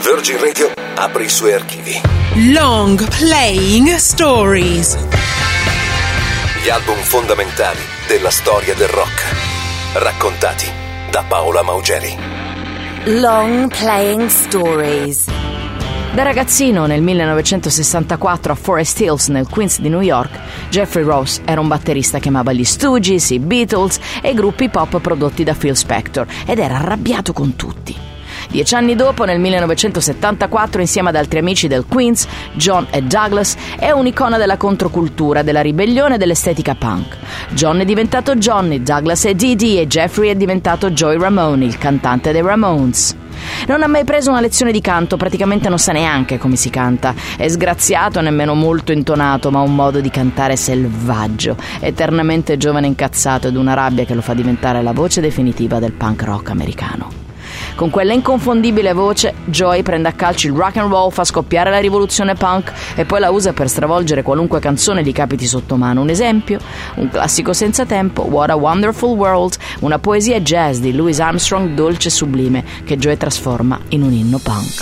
Virgin Radio apre i suoi archivi. Long Playing Stories. Gli album fondamentali della storia del rock, raccontati da Paola Maugeri. Long Playing Stories. Da ragazzino, nel 1964, a Forest Hills, nel Queens di New York, Jeffrey Ross era un batterista che amava gli Stooges, i Beatles e i gruppi pop prodotti da Phil Spector ed era arrabbiato con tutti. 10 anni dopo, nel 1974, insieme ad altri amici del Queens, John e Douglas, è un'icona della controcultura, della ribellione e dell'estetica punk. John è diventato Johnny, Douglas è Dee Dee e Jeffrey è diventato Joey Ramone, il cantante dei Ramones. Non ha mai preso una lezione di canto, praticamente non sa neanche come si canta. È sgraziato e nemmeno molto intonato, ma ha un modo di cantare selvaggio, eternamente giovane e incazzato ed una rabbia che lo fa diventare la voce definitiva del punk rock americano. Con quella inconfondibile voce, Joey prende a calci il rock and roll, fa scoppiare la rivoluzione punk e poi la usa per stravolgere qualunque canzone gli capiti sotto mano. Un esempio? Un classico senza tempo, What a Wonderful World, una poesia jazz di Louis Armstrong dolce e sublime che Joey trasforma in un inno punk.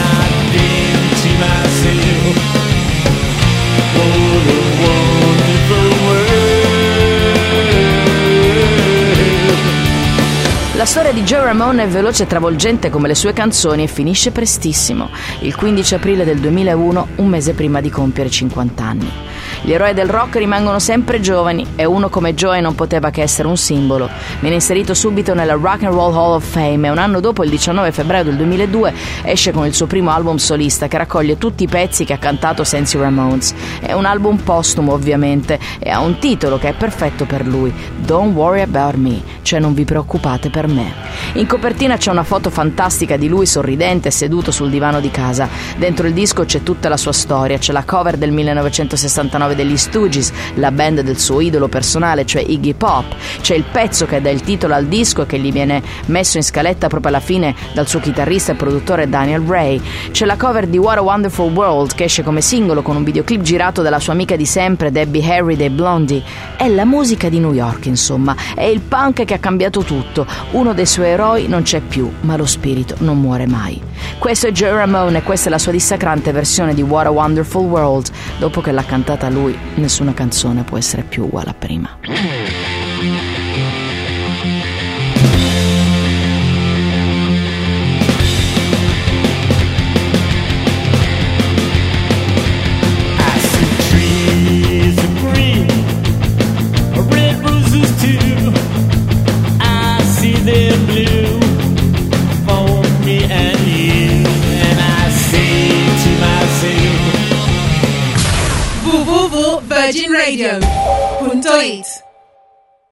La storia di Joey Ramone è veloce e travolgente come le sue canzoni e finisce prestissimo, il 15 aprile del 2001, un mese prima di compiere 50 anni. Gli eroi del rock rimangono sempre giovani e uno come Joey non poteva che essere un simbolo. Viene inserito subito nella Rock and Roll Hall of Fame e un anno dopo, il 19 febbraio del 2002, esce con il suo primo album solista che raccoglie tutti i pezzi che ha cantato senza i Ramones. È un album postumo ovviamente e ha un titolo che è perfetto per lui, Don't Worry About Me, cioè non vi preoccupate per me. In copertina c'è una foto fantastica di lui sorridente seduto sul divano di casa. Dentro il disco c'è tutta la sua storia, c'è la cover del 1969 degli Stooges, la band del suo idolo personale, cioè Iggy Pop, c'è il pezzo che dà il titolo al disco e che gli viene messo in scaletta proprio alla fine dal suo chitarrista e produttore Daniel Ray, c'è la cover di What a Wonderful World che esce come singolo con un videoclip girato dalla sua amica di sempre Debbie Harry dei Blondie. È la musica di New York, insomma, è il punk che ha cambiato tutto. Uno dei suoi eroi non c'è più, ma lo spirito non muore mai. Questo è Joey Ramone e questa è la sua dissacrante versione di What a Wonderful World. Dopo che l'ha cantata lui, nessuna canzone può essere più uguale a prima. www.virginradio.it